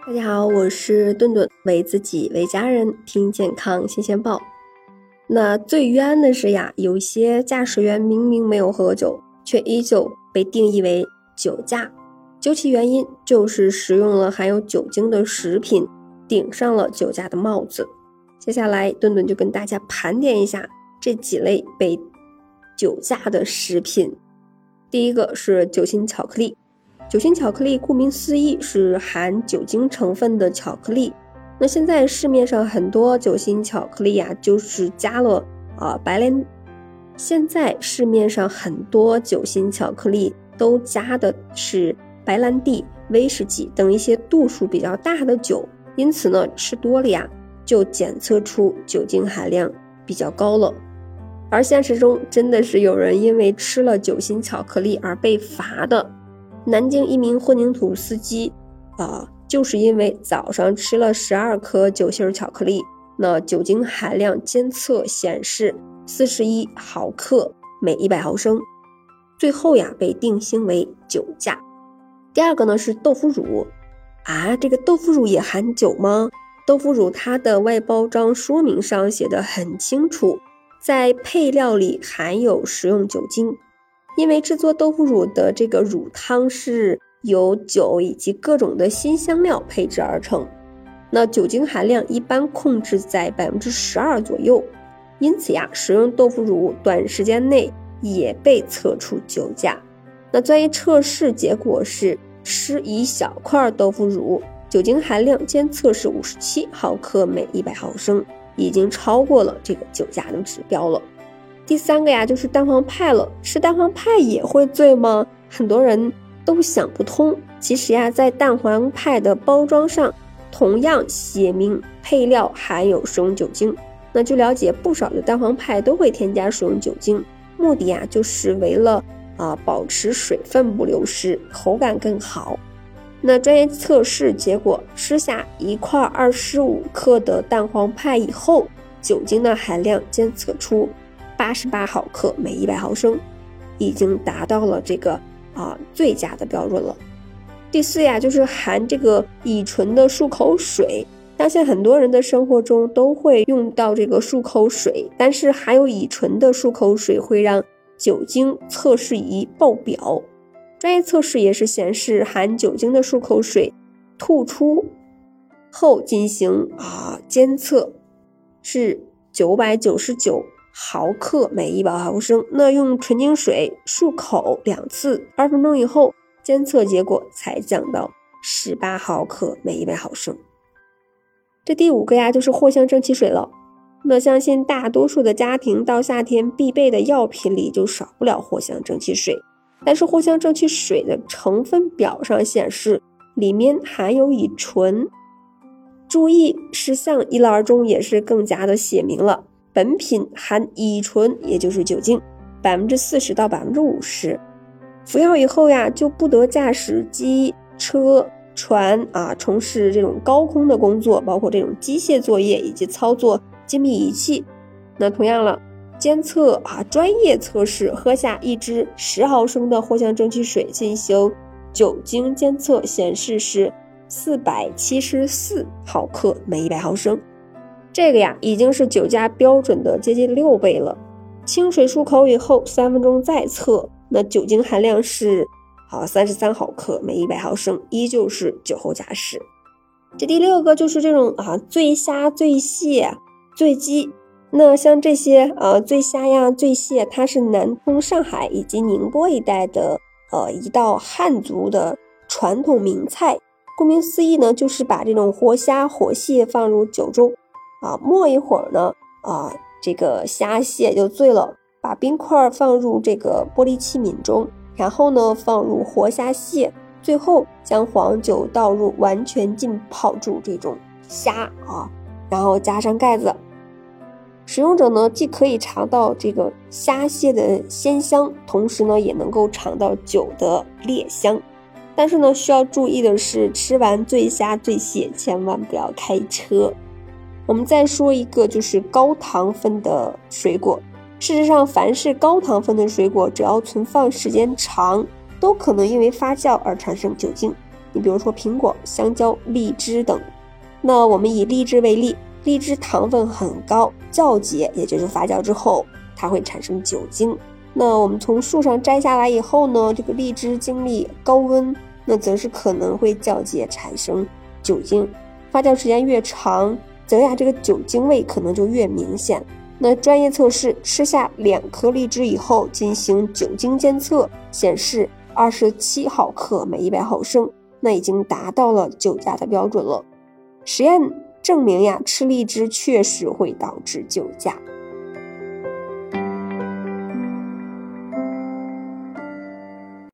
大家好，我是顿顿，为自己为家人听健康新鲜报。那最冤的是呀，有些驾驶员明明没有喝酒，却依旧被定义为酒驾。究其原因，就是食用了含有酒精的食品，顶上了酒驾的帽子。接下来顿顿就跟大家盘点一下这几类被酒驾的食品。第一个是酒心巧克力。酒心巧克力顾名思义是含酒精成分的巧克力。那现在市面上很多酒心巧克力就是加了现在市面上很多酒心巧克力都加的是白兰地、威士忌等一些度数比较大的酒，因此呢，吃多了就检测出酒精含量比较高了。而现实中真的是有人因为吃了酒心巧克力而被罚的。南京一名混凝土司机就是因为早上吃了12颗酒心巧克力，那酒精含量监测显示41毫克每100毫升，最后被定性为酒驾。第二个呢是豆腐乳这个豆腐乳也含酒吗？豆腐乳它的外包装说明上写得很清楚，在配料里含有食用酒精。因为制作豆腐乳的这个乳汤是由酒以及各种的辛香料配制而成，那酒精含量一般控制在 12% 左右，因此食用豆腐乳短时间内也被测出酒驾。那专业测试结果是吃一小块豆腐乳，酒精含量监测是57毫克每100毫升，已经超过了这个酒驾的指标了。第三个就是蛋黄派了，吃蛋黄派也会醉吗？很多人都想不通。其实在蛋黄派的包装上同样写明配料含有食用酒精。那据了解，不少的蛋黄派都会添加食用酒精，目的就是为了保持水分不流失，口感更好。那专业测试结果，吃下一块25克的蛋黄派以后，酒精的含量监测出88毫克每100毫升，已经达到了这个最佳的标准了。第四就是含这个乙醇的漱口水。相信很多人的生活中都会用到这个漱口水，但是含有乙醇的漱口水会让酒精测试仪爆表。专业测试也是显示含酒精的漱口水吐出后进行监测是999毫克每100毫升，那用纯净水漱口2次，2分钟以后，监测结果才降到18毫克每100毫升。这第五个就是藿香正气水了。那相信大多数的家庭到夏天必备的药品里就少不了藿香正气水，但是藿香正气水的成分表上显示里面含有乙醇。注意事项一栏中也是更加的写明了，本品含乙醇，也就是酒精40%到50%。服药以后就不得驾驶机、车、船从事这种高空的工作，包括这种机械作业以及操作精密仪器。那同样了，监测专业测试，喝下一支10毫升的藿香正气水进行酒精监测，显示是474毫克每100毫升。这个已经是酒驾标准的接近6倍了。清水漱口以后3分钟再测，那酒精含量是33毫克每100毫升，依旧是酒后驾驶。这第6个就是这种醉虾、醉蟹、醉鸡。那像这些醉虾醉蟹，它是南通、上海以及宁波一带的一道汉族的传统名菜。顾名思义呢，就是把这种活虾、活蟹放入酒中磨一会儿呢这个虾蟹就醉了，把冰块放入这个玻璃器皿中，然后呢放入活虾蟹，最后将黄酒倒入，完全浸泡住这种虾然后加上盖子。使用者呢既可以尝到这个虾蟹的鲜香，同时呢也能够尝到酒的烈香。但是呢需要注意的是，吃完醉虾醉蟹千万不要开车。我们再说一个，就是高糖分的水果。事实上，凡是高糖分的水果，只要存放时间长，都可能因为发酵而产生酒精。 你比如说苹果、香蕉、荔枝等。那我们以荔枝为例，荔枝糖分很高，酵解也就是发酵之后，它会产生酒精。那我们从树上摘下来以后呢，这个荔枝经历高温，那则是可能会酵解产生酒精。发酵时间越长，则这个酒精味可能就越明显。那专业测试吃下2颗荔枝以后进行酒精监测，显示27毫克每100毫升，那已经达到了酒驾的标准了。实验证明吃荔枝确实会导致酒驾。